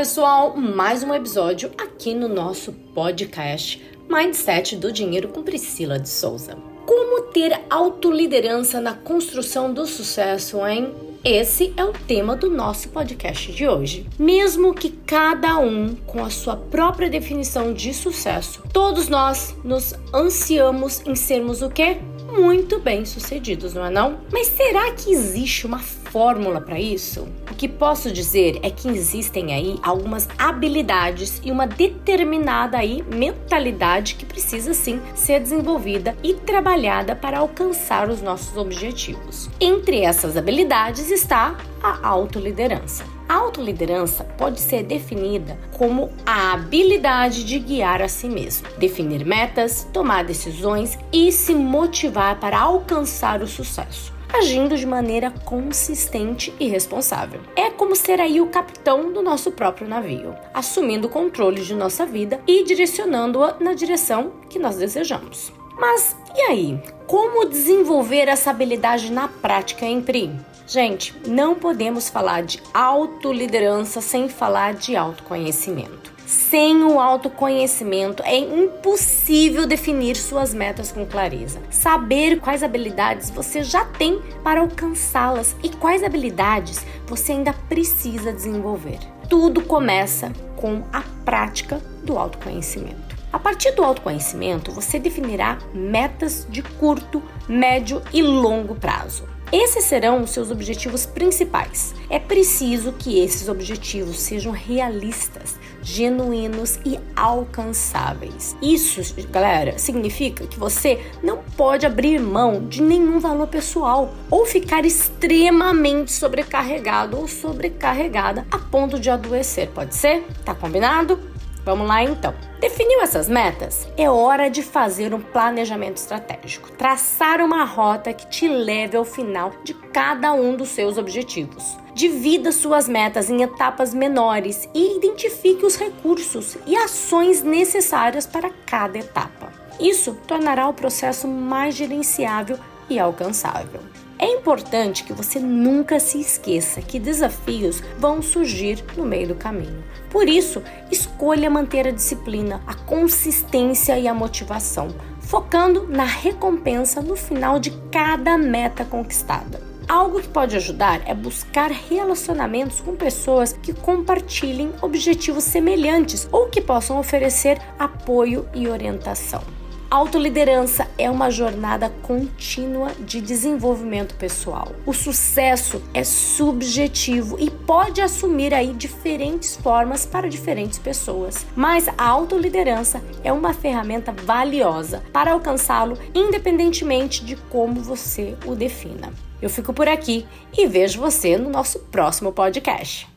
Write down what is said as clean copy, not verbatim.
pessoal, mais um episódio aqui no nosso podcast Mindset do Dinheiro com Priscila de Souza. Como ter autoliderança na construção do sucesso, hein? Esse é o tema do nosso podcast de hoje. Mesmo que cada um com a sua própria definição de sucesso, todos nós nos ansiamos em sermos o quê? Muito bem-sucedidos, não é não? Mas será que existe uma fórmula para isso? O que posso dizer é que existem aí algumas habilidades e uma determinada aí mentalidade que precisa sim ser desenvolvida e trabalhada para alcançar os nossos objetivos. Entre essas habilidades está a autoliderança. A autoliderança pode ser definida como a habilidade de guiar a si mesmo, definir metas, tomar decisões e se motivar para alcançar o sucesso, agindo de maneira consistente e responsável. É como ser aí o capitão do nosso próprio navio, assumindo o controle de nossa vida e direcionando-a na direção que nós desejamos. Mas e aí? Como desenvolver essa habilidade na prática, hein, Pri? Gente, não podemos falar de autoliderança sem falar de autoconhecimento. Sem o autoconhecimento, é impossível definir suas metas com clareza. Saber quais habilidades você já tem para alcançá-las e quais habilidades você ainda precisa desenvolver. Tudo começa com a prática do autoconhecimento. A partir do autoconhecimento, você definirá metas de curto, médio e longo prazo. Esses serão os seus objetivos principais. É preciso que esses objetivos sejam realistas, genuínos e alcançáveis. Isso, galera, significa que você não pode abrir mão de nenhum valor pessoal ou ficar extremamente sobrecarregado ou sobrecarregada a ponto de adoecer. Pode ser? Tá combinado? Vamos lá então. Definiu essas metas? É hora de fazer um planejamento estratégico. Traçar uma rota que te leve ao final de cada um dos seus objetivos. Divida suas metas em etapas menores e identifique os recursos e ações necessárias para cada etapa. Isso tornará o processo mais gerenciável e alcançável. É importante que você nunca se esqueça que desafios vão surgir no meio do caminho. Por isso, escolha manter a disciplina, a consistência e a motivação, focando na recompensa no final de cada meta conquistada. Algo que pode ajudar é buscar relacionamentos com pessoas que compartilhem objetivos semelhantes ou que possam oferecer apoio e orientação. Autoliderança é uma jornada contínua de desenvolvimento pessoal. O sucesso é subjetivo e pode assumir aí diferentes formas para diferentes pessoas. Mas a autoliderança é uma ferramenta valiosa para alcançá-lo independentemente de como você o defina. Eu fico por aqui e vejo você no nosso próximo podcast.